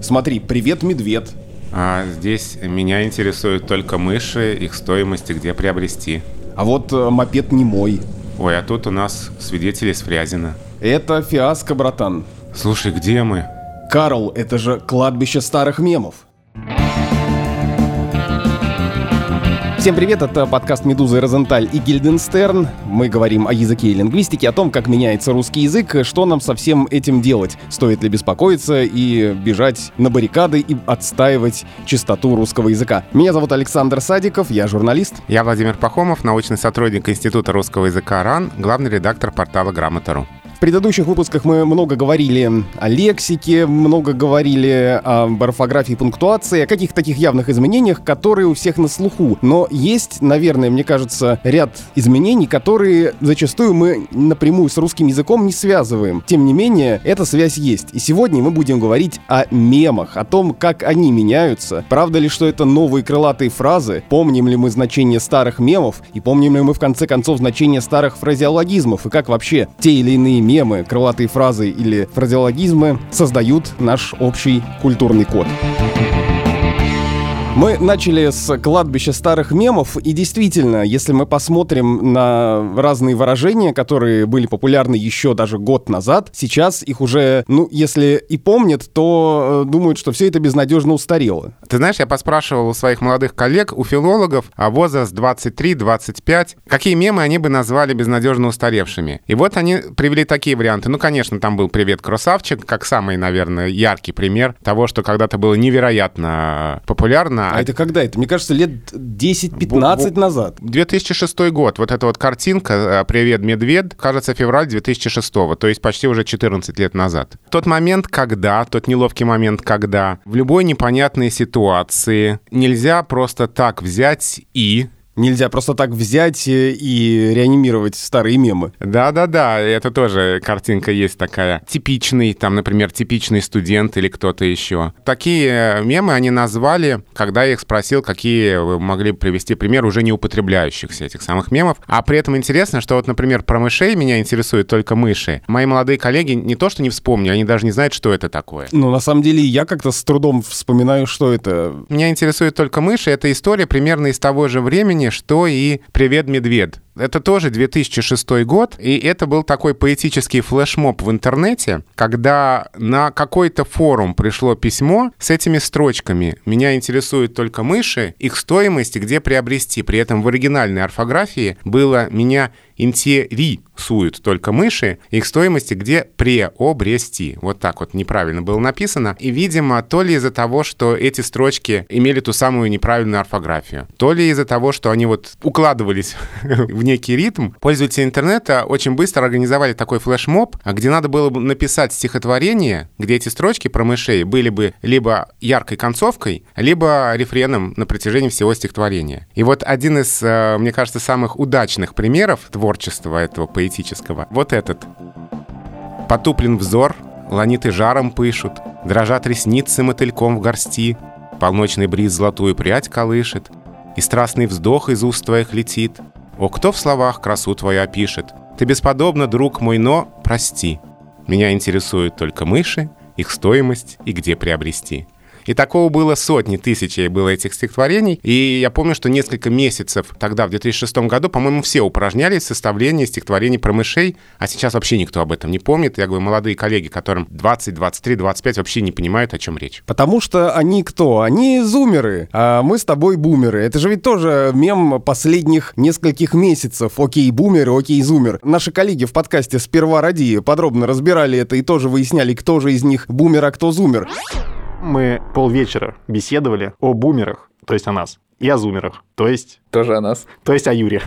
Смотри, привет, медведь. Здесь меня интересуют только мыши, их стоимость и где приобрести. А вот мопед не мой. Ой, а тут у нас свидетели с Фрязино. Это фиаско, братан. Слушай, где мы? Карл, это же кладбище старых мемов. Всем привет, это подкаст «Медуза и Розенталь» и Гильденстерн. Мы говорим о языке и лингвистике, о том, как меняется русский язык, что нам со всем этим делать. Стоит ли беспокоиться и бежать на баррикады и отстаивать чистоту русского языка. Меня зовут Александр Садиков, я журналист. Я Владимир Пахомов, научный сотрудник Института русского языка РАН, главный редактор портала Грамота.ру. В предыдущих выпусках мы много говорили о лексике, много говорили об орфографии и пунктуации, о каких-то таких явных изменениях, которые у всех на слуху. Но есть, наверное, мне кажется, ряд изменений, которые зачастую мы напрямую с русским языком не связываем. Тем не менее, эта связь есть. И сегодня мы будем говорить о мемах, о том, как они меняются. Правда ли, что это новые крылатые фразы? Помним ли мы значение старых мемов? И помним ли мы, в конце концов, значение старых фразеологизмов? И как вообще те или иные мемы, крылатые фразы или фразеологизмы создают наш общий культурный код. Мы начали с кладбища старых мемов, и действительно, если мы посмотрим на разные выражения, которые были популярны еще даже год назад, сейчас их уже, если и помнят, то думают, что все это безнадежно устарело. Ты знаешь, я поспрашивал у своих молодых коллег, у филологов, возраст 23-25, какие мемы они бы назвали безнадежно устаревшими. И вот они привели такие варианты. Конечно, там был «Привет, красавчик», как самый, наверное, яркий пример того, что когда-то было невероятно популярно. А это когда это? Мне кажется, лет 10-15 назад. 2006 год. Вот эта вот картинка «Привет, медведь», кажется, февраль 2006, то есть почти уже 14 лет назад. Тот неловкий момент, когда в любой непонятной ситуации нельзя просто так взять и... Нельзя просто так взять и реанимировать старые мемы. Да, это тоже картинка есть такая. Типичный студент или кто-то еще. Такие мемы они назвали, когда я их спросил, какие вы могли привести пример уже не употребляющихся этих самых мемов. А при этом интересно, что вот, например, про мышей меня интересуют только мыши. Мои молодые коллеги не то что не вспомнили, они даже не знают, что это такое. На самом деле, я как-то с трудом вспоминаю, что это. Меня интересует только мыши. Это история примерно из того же времени, что и «Привет, медведь». Это тоже 2006 год, и это был такой поэтический флешмоб в интернете, когда на какой-то форум пришло письмо с этими строчками «Меня интересуют только мыши, их стоимость и где приобрести». При этом в оригинальной орфографии было «Меня интересуют только мыши, их стоимости где приобрести». Вот так вот неправильно было написано. И, видимо, то ли из-за того, что эти строчки имели ту самую неправильную орфографию, то ли из-за того, что они вот укладывались в некий ритм, пользователи интернета очень быстро организовали такой флешмоб, где надо было бы написать стихотворение, где эти строчки про мышей были бы либо яркой концовкой, либо рефреном на протяжении всего стихотворения. И вот один из, мне кажется, самых удачных примеров творчества этого поэтического, вот этот. «Потуплен взор, ланиты жаром пышут, дрожат ресницы мотыльком в горсти, полночный бриз золотую прядь колышет, и страстный вздох из уст твоих летит. О, кто в словах красу твою опишет? Ты бесподобно, друг мой, но прости. Меня интересуют только мыши, их стоимость и где приобрести». И такого было сотни тысяч было этих стихотворений. И я помню, что несколько месяцев тогда, в 2006 году, по-моему, все упражнялись в составлении стихотворений про мышей, а сейчас вообще никто об этом не помнит. Я говорю, молодые коллеги, которым 20, 23, 25, вообще не понимают, о чем речь. Потому что они кто? Они зумеры, а мы с тобой бумеры. Это же ведь тоже мем последних нескольких месяцев. Окей, бумер, окей, зумер. Наши коллеги в подкасте «Сперва ради» подробно разбирали это и тоже выясняли, кто же из них бумер, а кто зумер. Мы полвечера беседовали о бумерах, то есть о нас, и о зумерах, то есть... Тоже о нас. То есть о Юре.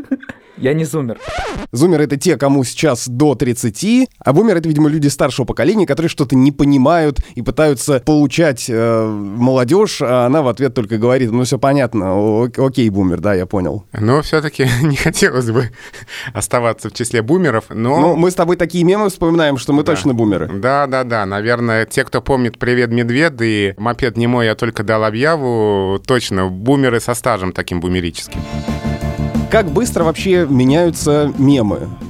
Я не зумер. Зумеры — это те, кому сейчас до 30, а бумеры — это, видимо, люди старшего поколения, которые что-то не понимают и пытаются получать молодежь, а она в ответ только говорит: ну, все понятно, окей, бумер, да, я понял. Но все-таки не хотелось бы оставаться в числе бумеров, но... Ну, мы с тобой такие мемы вспоминаем, что мы точно бумеры. Да, наверное, те, кто помнит «Привет, медведь» и «Мопед не мой, я только дал объяву», точно бумеры со стажем таким бумерическим. Как быстро вообще меняются мемы?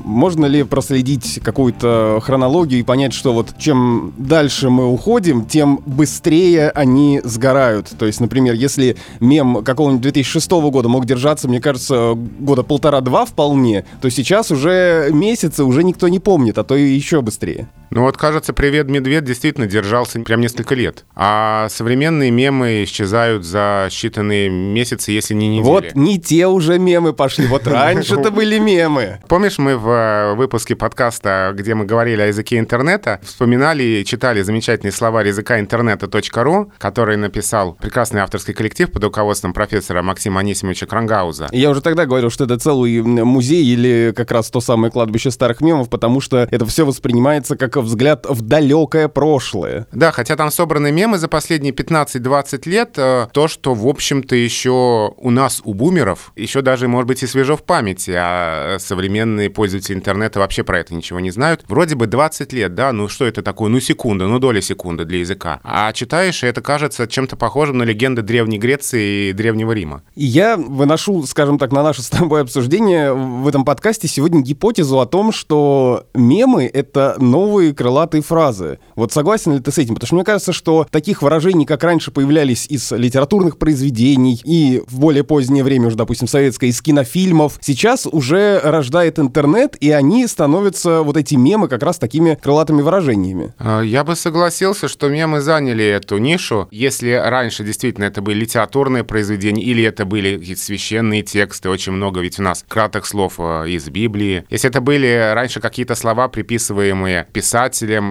можно ли проследить какую-то хронологию и понять, что вот чем дальше мы уходим, тем быстрее они сгорают? То есть, например, если мем какого-нибудь 2006 года мог держаться, мне кажется, года 1,5-2 вполне, то сейчас уже месяцы уже никто не помнит, а то и еще быстрее. Ну вот, кажется, «Привет, медведь» действительно держался прям несколько лет. А современные мемы исчезают за считанные месяцы, если не недели. Вот не те уже мемы пошли, вот раньше-то были мемы. Помнишь, мы в выпуске подкаста, где мы говорили о языке интернета, вспоминали и читали замечательный словарь языка интернета.ру, который написал прекрасный авторский коллектив под руководством профессора Максима Анисимовича Крангауза. Я уже тогда говорил, что это целый музей или как раз то самое кладбище старых мемов, потому что это все воспринимается как взгляд в далекое прошлое. Да, хотя там собраны мемы за последние 15-20 лет, то, что, в общем-то, еще у нас, у бумеров, еще даже, может быть, и свежо в памяти, а современные пользователи интернета вообще про это ничего не знают. Вроде бы 20 лет, да, ну что это такое? Ну секунда, ну доля секунды для языка. А читаешь, и это кажется чем-то похожим на легенды Древней Греции и Древнего Рима. И я выношу, скажем так, на наше с тобой обсуждение в этом подкасте сегодня гипотезу о том, что мемы — это новые крылатые фразы. Вот согласен ли ты с этим? Потому что мне кажется, что таких выражений, как раньше появлялись из литературных произведений и в более позднее время уже, допустим, советское, из кинофильмов, сейчас уже рождает интернет, и они становятся, вот эти мемы, как раз такими крылатыми выражениями. Я бы согласился, что мемы заняли эту нишу. Если раньше действительно это были литературные произведения или это были какие-то священные тексты, очень много ведь у нас кратких слов из Библии. Если это были раньше какие-то слова, приписываемые писателям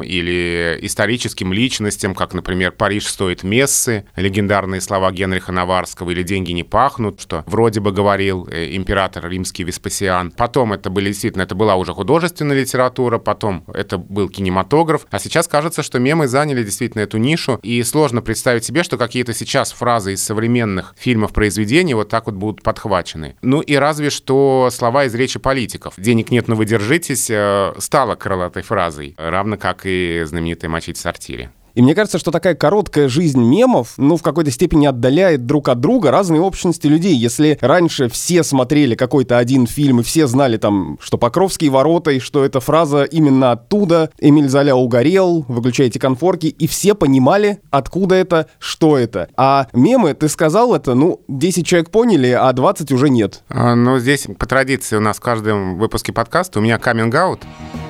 или историческим личностям, как, например, «Париж стоит мессы», легендарные слова Генриха Наварского, или «Деньги не пахнут», что вроде бы говорил император римский Веспасиан. Потом это были действительно, это была уже художественная литература, потом это был кинематограф. А сейчас кажется, что мемы заняли действительно эту нишу, и сложно представить себе, что какие-то сейчас фразы из современных фильмов, произведений вот так вот будут подхвачены. Ну и разве что слова из речи политиков. «Денег нет, но вы держитесь» стала крылатой фразой, равно как и знаменитая «Мочить в сортире». И мне кажется, что такая короткая жизнь мемов, ну, в какой-то степени отдаляет друг от друга разные общности людей. Если раньше все смотрели какой-то один фильм, и все знали там, что Покровские ворота, и что эта фраза именно оттуда, Эмиль Золя угорел, выключайте конфорки, и все понимали, откуда это, что это. А мемы, ты сказал это, ну, 10 человек поняли, а 20 уже нет. Ну, здесь по традиции у нас в каждом выпуске подкаста у меня каминг-аут.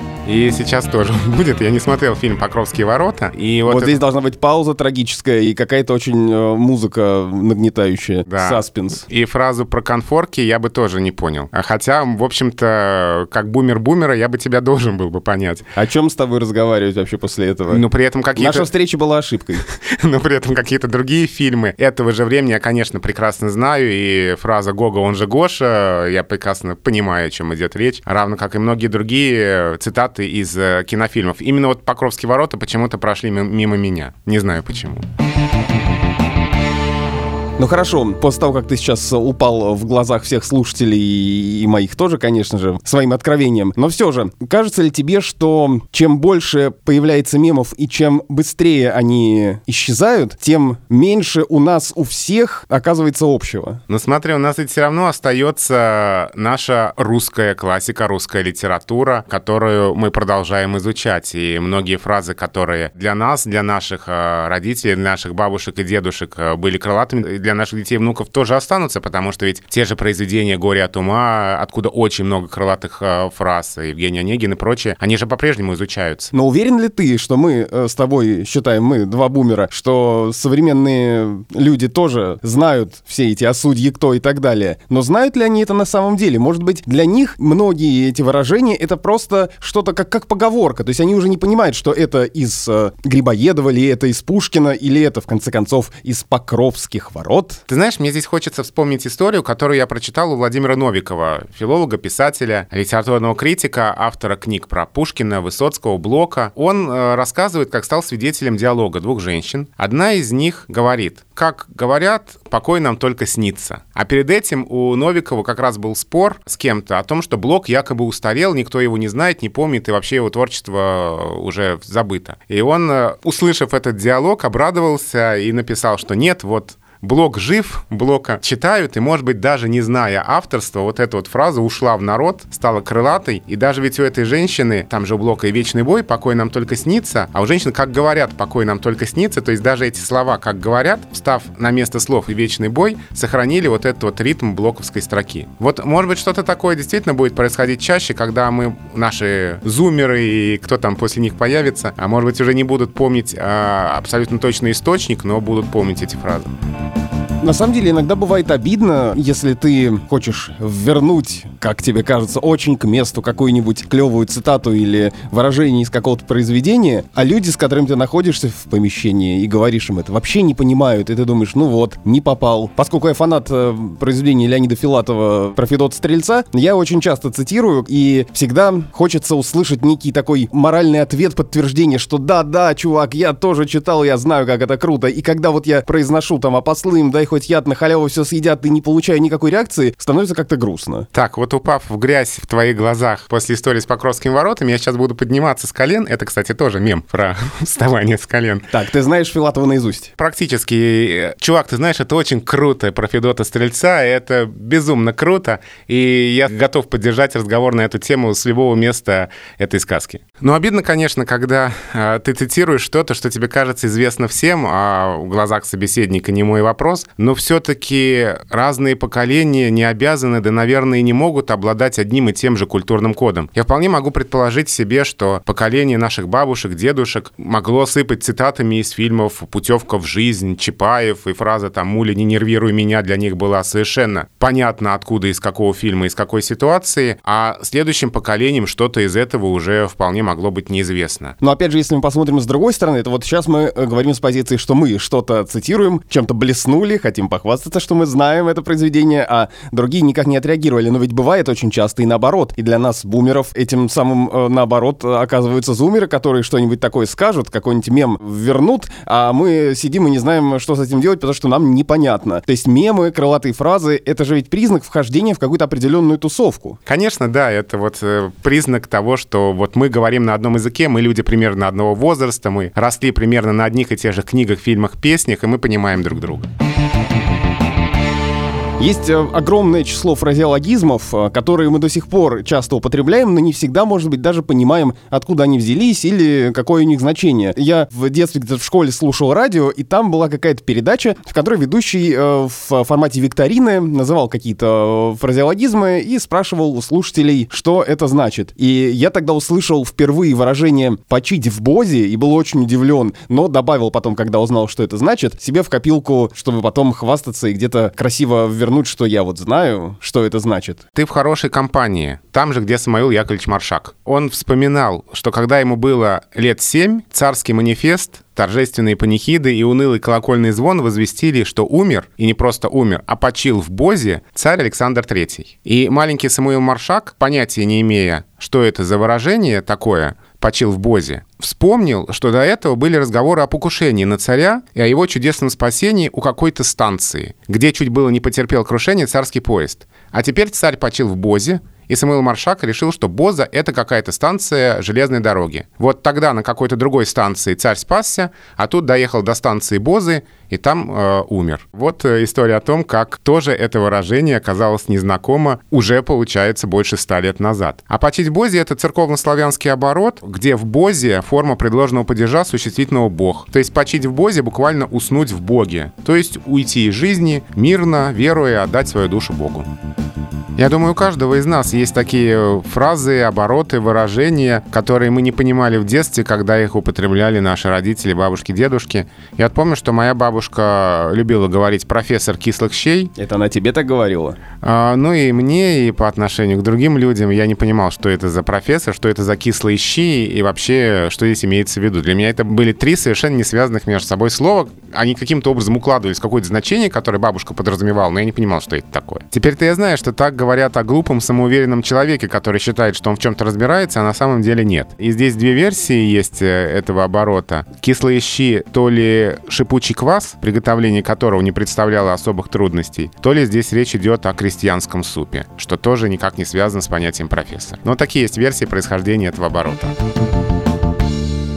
И сейчас тоже будет. Я не смотрел фильм «Покровские ворота». И вот здесь должна быть пауза трагическая и какая-то очень музыка нагнетающая, да. Саспенс. И фразу про конфорки я бы тоже не понял. Хотя, в общем-то, как бумер бумера, я бы тебя должен был бы понять. О чем с тобой разговаривать вообще после этого? Но при этом какие-то... Наша встреча была ошибкой. Но при этом какие-то другие фильмы этого же времени я, конечно, прекрасно знаю. И фраза «Гога, он же Гоша», я прекрасно понимаю, о чем идет речь. Равно как и многие другие цитаты из кинофильмов. Именно вот «Покровские ворота» почему-то прошли мимо меня. Не знаю почему. Ну хорошо, после того, как ты сейчас упал в глазах всех слушателей и моих тоже, конечно же, своим откровением, но все же, кажется ли тебе, что чем больше появляется мемов и чем быстрее они исчезают, тем меньше у нас у всех оказывается общего? Ну смотри, у нас ведь все равно остается наша русская классика, русская литература, которую мы продолжаем изучать. И многие фразы, которые для нас, для наших родителей, для наших бабушек и дедушек были крылатыми, для наших детей и внуков тоже останутся, потому что ведь те же произведения «Горе от ума», откуда очень много крылатых фраз, Евгений Онегин и прочее, они же по-прежнему изучаются. Но уверен ли ты, что мы с тобой считаем, мы, два бумера, что современные люди тоже знают все эти «а судьи кто» и так далее, но знают ли они это на самом деле? Может быть, для них многие эти выражения — это просто что-то как поговорка, то есть они уже не понимают, что это из Грибоедова, или это из Пушкина, или это, в конце концов, из Покровских ворот. Ты знаешь, мне здесь хочется вспомнить историю, которую я прочитал у Владимира Новикова, филолога, писателя, литературного критика, автора книг про Пушкина, Высоцкого, Блока. Он рассказывает, как стал свидетелем диалога двух женщин. Одна из них говорит: «Как говорят, покой нам только снится». А перед этим у Новикова как раз был спор с кем-то о том, что Блок якобы устарел, никто его не знает, не помнит, и вообще его творчество уже забыто. И он, услышав этот диалог, обрадовался и написал, что нет, вот блог жив, блока читают, и, может быть, даже не зная авторства, вот эта вот фраза ушла в народ, стала крылатой, и даже ведь у этой женщины, там же у Блока и «Вечный бой», «Покой нам только снится», а у женщин «Как говорят», «Покой нам только снится», то есть даже эти слова «как говорят», встав на место слов и «Вечный бой», сохранили вот этот вот ритм блоковской строки. Вот, может быть, что-то такое действительно будет происходить чаще, когда мы, наши зумеры и кто там после них появится, а может быть, уже не будут помнить абсолютно точный источник, но будут помнить эти фразы. На самом деле, иногда бывает обидно, если ты хочешь вернуть, как тебе кажется, очень к месту какую-нибудь клевую цитату или выражение из какого-то произведения, а люди, с которыми ты находишься в помещении и говоришь им это, вообще не понимают, и ты думаешь, ну вот, не попал. Поскольку я фанат произведения Леонида Филатова про Федота Стрельца, я очень часто цитирую, и всегда хочется услышать некий такой моральный ответ, подтверждение, что да, чувак, я тоже читал, я знаю, как это круто, и когда вот я произношу там, а послы им дай хоть яд на халяву все съедят и не получая никакой реакции, становится как-то грустно. Так, вот упав в грязь в твоих глазах после истории с Покровскими воротами, я сейчас буду подниматься с колен. Это, кстати, тоже мем про вставание с колен. Так, ты знаешь Филатова наизусть? Практически. Чувак, ты знаешь, это очень круто про Федота Стрельца, это безумно круто, и я готов поддержать разговор на эту тему с любого места этой сказки. Но обидно, конечно, когда ты цитируешь что-то, что тебе кажется известно всем, а в глазах собеседника не мой вопрос, но все-таки разные поколения не обязаны, да, наверное, и не могут обладать одним и тем же культурным кодом. Я вполне могу предположить себе, что поколение наших бабушек, дедушек могло сыпать цитатами из фильмов «Путевка в жизнь», Чапаев, и фраза там «Муля, не нервируй меня» для них была совершенно понятно, откуда, из какого фильма, из какой ситуации, а следующим поколениям что-то из этого уже вполне могло быть неизвестно. Но опять же, если мы посмотрим с другой стороны, это вот сейчас мы говорим с позиции, что мы что-то цитируем, чем-то блеснули, хотим похвастаться, что мы знаем это произведение, а другие никак не отреагировали. Но ведь бывает очень часто и наоборот. И для нас, бумеров, этим самым наоборот оказываются зумеры, которые что-нибудь такое скажут, какой-нибудь мем вернут, а мы сидим и не знаем, что с этим делать, потому что нам непонятно. То есть мемы, крылатые фразы — это же ведь признак вхождения в какую-то определенную тусовку. Конечно, да, это вот признак того, что вот мы говорим на одном языке, мы люди примерно одного возраста, мы росли примерно на одних и тех же книгах, фильмах, песнях, и мы понимаем друг друга. Есть огромное число фразеологизмов, которые мы до сих пор часто употребляем, но не всегда, может быть, даже понимаем, откуда они взялись или какое у них значение. Я в детстве где-то в школе слушал радио, и там была какая-то передача, в которой ведущий в формате викторины называл какие-то фразеологизмы и спрашивал у слушателей, что это значит. И я тогда услышал впервые выражение «почить в бозе» и был очень удивлен, но добавил потом, когда узнал, что это значит, себе в копилку, чтобы потом хвастаться и где-то красиво вернуть, что я вот знаю, что это значит. Ты в хорошей компании, там же, где Самуил Яковлевич Маршак. Он вспоминал, что когда ему было лет 7, царский манифест, торжественные панихиды и унылый колокольный звон возвестили, что умер, и не просто умер, а почил в бозе царь Александр III. И маленький Самуил Маршак, понятия не имея, что это за выражение такое, почил в бозе, вспомнил, что до этого были разговоры о покушении на царя и о его чудесном спасении у какой-то станции, где чуть было не потерпел крушение царский поезд. А теперь царь почил в бозе, и Самуил Маршак решил, что Боза — это какая-то станция железной дороги. Вот тогда на какой-то другой станции царь спасся, а тут доехал до станции Бозы, и там умер. Вот история о том, как тоже это выражение оказалось незнакомо уже, получается, больше 100 лет назад. А почить в Бозе — это церковнославянский оборот, где в Бозе форма предложенного падежа существительного «бог». То есть почить в Бозе буквально уснуть в Боге. То есть уйти из жизни мирно, веруя, отдать свою душу Богу. Я думаю, у каждого из нас есть такие фразы, обороты, выражения, которые мы не понимали в детстве, когда их употребляли наши родители, бабушки, дедушки. Я помню, что моя бабушка любила говорить «профессор кислых щей». Это она тебе так говорила? Ну и мне, и по отношению к другим людям. Я не понимал, что это за профессор, что это за кислые щи и вообще, что здесь имеется в виду. Для меня это были 3 совершенно не связанных между собой слова. Они каким-то образом укладывались в какое-то значение, которое бабушка подразумевала, но я не понимал, что это такое. Теперь-то я знаю, что так говорят о глупом, самоуверенном человеке, который считает, что он в чем-то разбирается, а на самом деле нет. И здесь 2 версии есть этого оборота. Кислые щи, то ли шипучий квас, приготовление которого не представляло особых трудностей, то ли здесь речь идет о крестьянском супе, что тоже никак не связано с понятием профессор. Но такие есть версии происхождения этого оборота.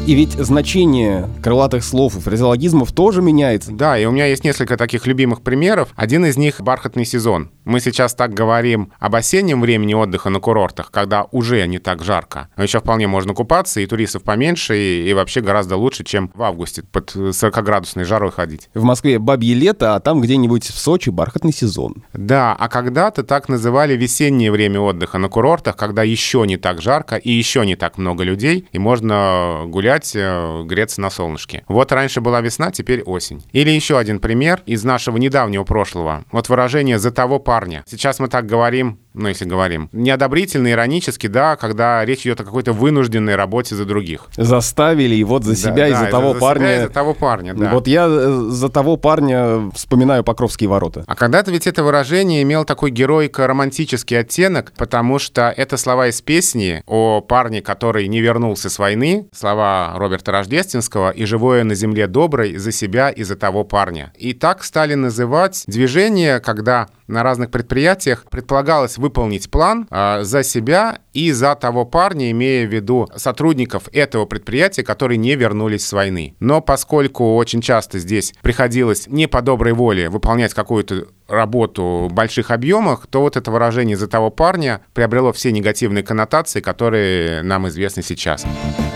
И ведь значение крылатых слов и фразеологизмов тоже меняется. Да, и у меня есть несколько таких любимых примеров. Один из них — бархатный сезон. Мы сейчас так говорим об осеннем времени отдыха на курортах, когда уже не так жарко. Но еще вполне можно купаться, и туристов поменьше, и вообще гораздо лучше, чем в августе под 40-градусной жарой ходить. В Москве бабье лето, а там где-нибудь в Сочи бархатный сезон. Да, а когда-то так называли весеннее время отдыха на курортах, когда еще не так жарко и еще не так много людей, и можно гулять, греться на солнышке. Вот раньше была весна, теперь осень. Или еще один пример из нашего недавнего прошлого. Вот выражение «за того парня». Сейчас мы так говорим, если говорим, неодобрительно, иронически, да, когда речь идет о какой-то вынужденной работе за других. Заставили, и вот за себя, и за того парня. Себя, и за того парня, да. Вот я за того парня вспоминаю Покровские ворота. А когда-то ведь это выражение имело такой героико-романтический оттенок, потому что это слова из песни о парне, который не вернулся с войны, слова Роберта Рождественского «И живое на земле доброй за себя и за того парня». И так стали называть движение, когда на разных предприятиях предполагалось выполнить план за себя и за того парня, имея в виду сотрудников этого предприятия, которые не вернулись с войны. Но поскольку очень часто здесь приходилось не по доброй воле выполнять какую-то работу в больших объемах, то вот это выражение «за того парня» приобрело все негативные коннотации, которые нам известны сейчас.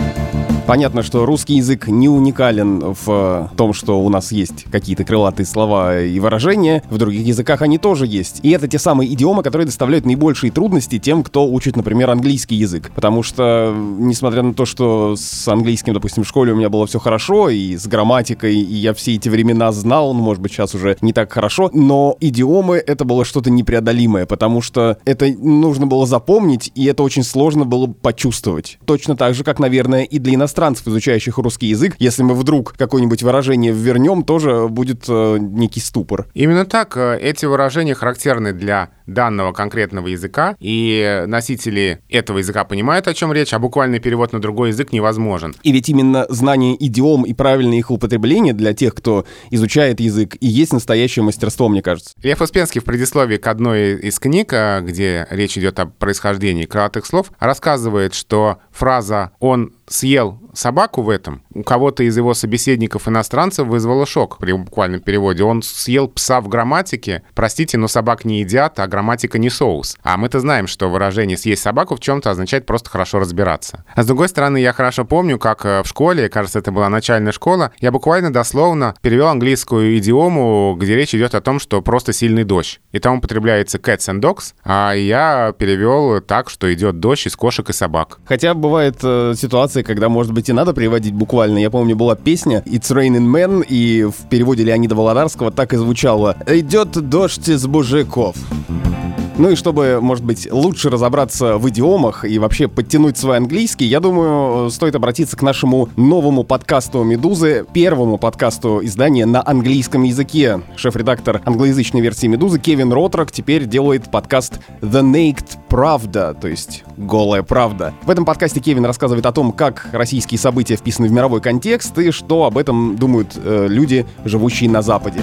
Понятно, что русский язык не уникален в том, что у нас есть какие-то крылатые слова и выражения. В других языках они тоже есть. И это те самые идиомы, которые доставляют наибольшие трудности тем, кто учит, например, английский язык. Потому что, несмотря на то, что с английским, допустим, в школе у меня было все хорошо, и с грамматикой, и я все эти времена знал, может быть, сейчас уже не так хорошо, но идиомы — это было что-то непреодолимое, потому что это нужно было запомнить, и это очень сложно было почувствовать. Точно так же, как, наверное, и для иностранцев, изучающих русский язык, если мы вдруг какое-нибудь выражение ввернем, тоже будет некий ступор. Именно так. Эти выражения характерны для данного конкретного языка, и носители этого языка понимают, о чем речь, а буквальный перевод на другой язык невозможен. И ведь именно знание идиом и правильное их употребление для тех, кто изучает язык, и есть настоящее мастерство, мне кажется. Лев Успенский в предисловии к одной из книг, где речь идет о происхождении крылатых слов, рассказывает, что фраза «он съел собаку» в этом у кого-то из его собеседников-иностранцев вызвала шок при буквальном переводе. Он съел пса в грамматике. Простите, но собак не едят, а грамматика не соус. А мы-то знаем, что выражение «съесть собаку» в чем-то означает просто хорошо разбираться. А с другой стороны, я хорошо помню, как в школе, кажется, это была начальная школа, я буквально дословно перевел английскую идиому, где речь идет о том, что просто сильный дождь. И там употребляется cats and dogs, а я перевел так, что идет дождь из кошек и собак. Хотя бывает ситуация, когда, может быть, и надо переводить буквально. Я помню, была песня «It's raining men», и в переводе Леонида Володарского так и звучало «Идет дождь из мужиков». Ну и чтобы, может быть, лучше разобраться в идиомах и вообще подтянуть свой английский, я думаю, стоит обратиться к нашему новому подкасту «Медузы», первому подкасту издания на английском языке. Шеф-редактор англоязычной версии «Медузы» Кевин Ротрок теперь делает подкаст «The Naked Pravda», то есть «Голая правда». В этом подкасте Кевин рассказывает о том, как российские события вписаны в мировой контекст и что об этом думают люди, живущие на Западе.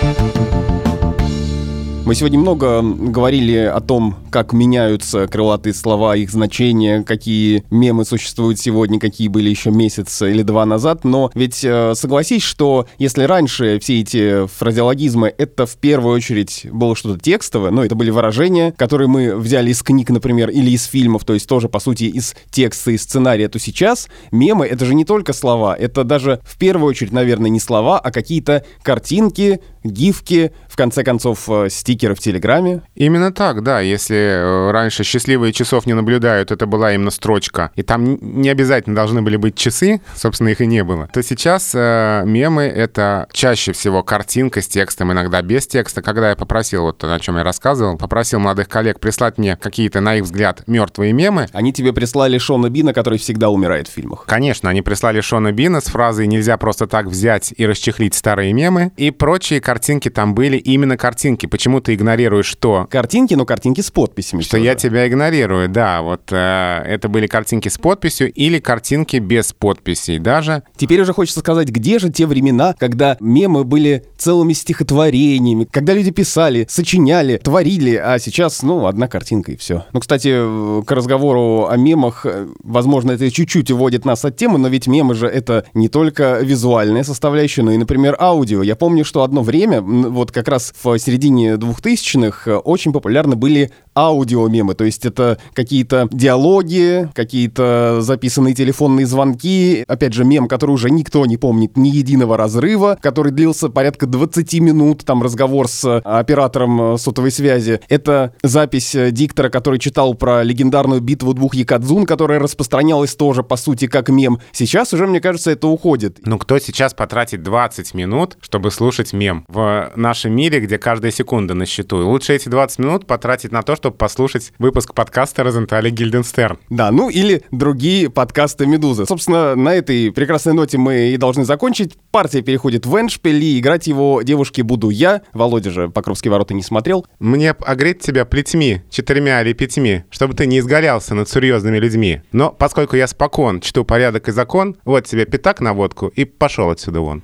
Мы сегодня много говорили о том, как меняются крылатые слова, их значения, какие мемы существуют сегодня, какие были еще месяц или два назад. Но ведь согласись, что если раньше все эти фразеологизмы, это в первую очередь было что-то текстовое, это были выражения, которые мы взяли из книг, например, или из фильмов, то есть тоже, по сути, из текста, из сценария, то сейчас мемы — это же не только слова, это даже в первую очередь, наверное, не слова, а какие-то картинки, гифки, в конце концов, стикеры в Телеграме. Именно так, да. Если раньше счастливые часов не наблюдают, это была именно строчка, и там не обязательно должны были быть часы, собственно, их и не было, то сейчас мемы — это чаще всего картинка с текстом, иногда без текста. Когда я попросил, вот о чем я рассказывал, попросил молодых коллег прислать мне какие-то, на их взгляд, мертвые мемы. Они тебе прислали Шона Бина, который всегда умирает в фильмах. Конечно, они прислали Шона Бина с фразой «нельзя просто так взять и расчехлить старые мемы», и прочие картинки там были именно картинки. Почему ты игнорируешь что? Картинки, но картинки с подписью. подписями. Что я тебя игнорирую, да. Вот это были картинки с подписью или картинки без подписей даже. Теперь уже хочется сказать, где же те времена, когда мемы были целыми стихотворениями, когда люди писали, сочиняли, творили, а сейчас, одна картинка и все. Кстати, к разговору о мемах, возможно, это чуть-чуть уводит нас от темы, но ведь мемы же это не только визуальная составляющая, но и, например, аудио. Я помню, что одно время, вот как раз в середине 2000-х, очень популярны были аудиомемы, то есть это какие-то диалоги, какие-то записанные телефонные звонки, опять же, мем, который уже никто не помнит, ни единого разрыва, который длился порядка 20 минут, там разговор с оператором сотовой связи. Это запись диктора, который читал про легендарную битву двух якадзун, которая распространялась тоже, по сути, как мем. Сейчас уже, мне кажется, это уходит. Кто сейчас потратит 20 минут, чтобы слушать мем в нашем мире, где каждая секунда на счету? Лучше эти 20 минут потратить на то, чтобы послушать выпуск подкаста «Розенталь и Гильденстерн». Да, или другие подкасты «Медузы». Собственно, на этой прекрасной ноте мы и должны закончить. Партия переходит в эндшпиль, и играть его девушке буду я. Володя же «Покровские ворота» не смотрел. Мне огреть тебя плетьми, 4 или 5, чтобы ты не изгорялся над серьезными людьми. Но поскольку я спокон чту порядок и закон, вот тебе пятак на водку и пошел отсюда вон.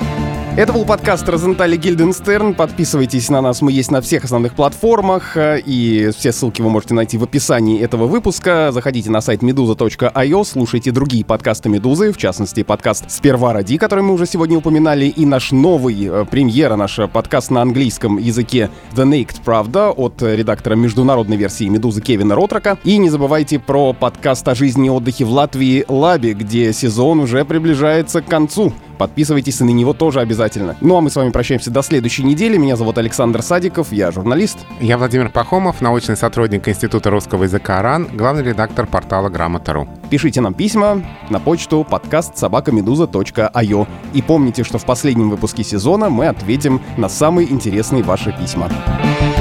Это был подкаст «Розенталь и Гильденстерн». Подписывайтесь на нас, мы есть на всех основных платформах, и все ссылки вы можете найти в описании этого выпуска. Заходите на сайт meduza.io, слушайте другие подкасты «Медузы», в частности, подкаст «Сперва ради», который мы уже сегодня упоминали, и наш новый, премьера, наш подкаст на английском языке «The Naked Pravda» от редактора международной версии «Медузы» Кевина Ротрака. И не забывайте про подкаст о жизни и отдыхе в Латвии «Лаби», где сезон уже приближается к концу. Подписывайтесь и на него тоже обязательно. А мы с вами прощаемся до следующей недели. Меня зовут Александр Садиков, я журналист. Я Владимир Пахомов, научный сотрудник Института русского языка РАН, главный редактор портала Грамота.ру. Пишите нам письма на почту podcast@meduza.io. И помните, что в последнем выпуске сезона мы ответим на самые интересные ваши письма.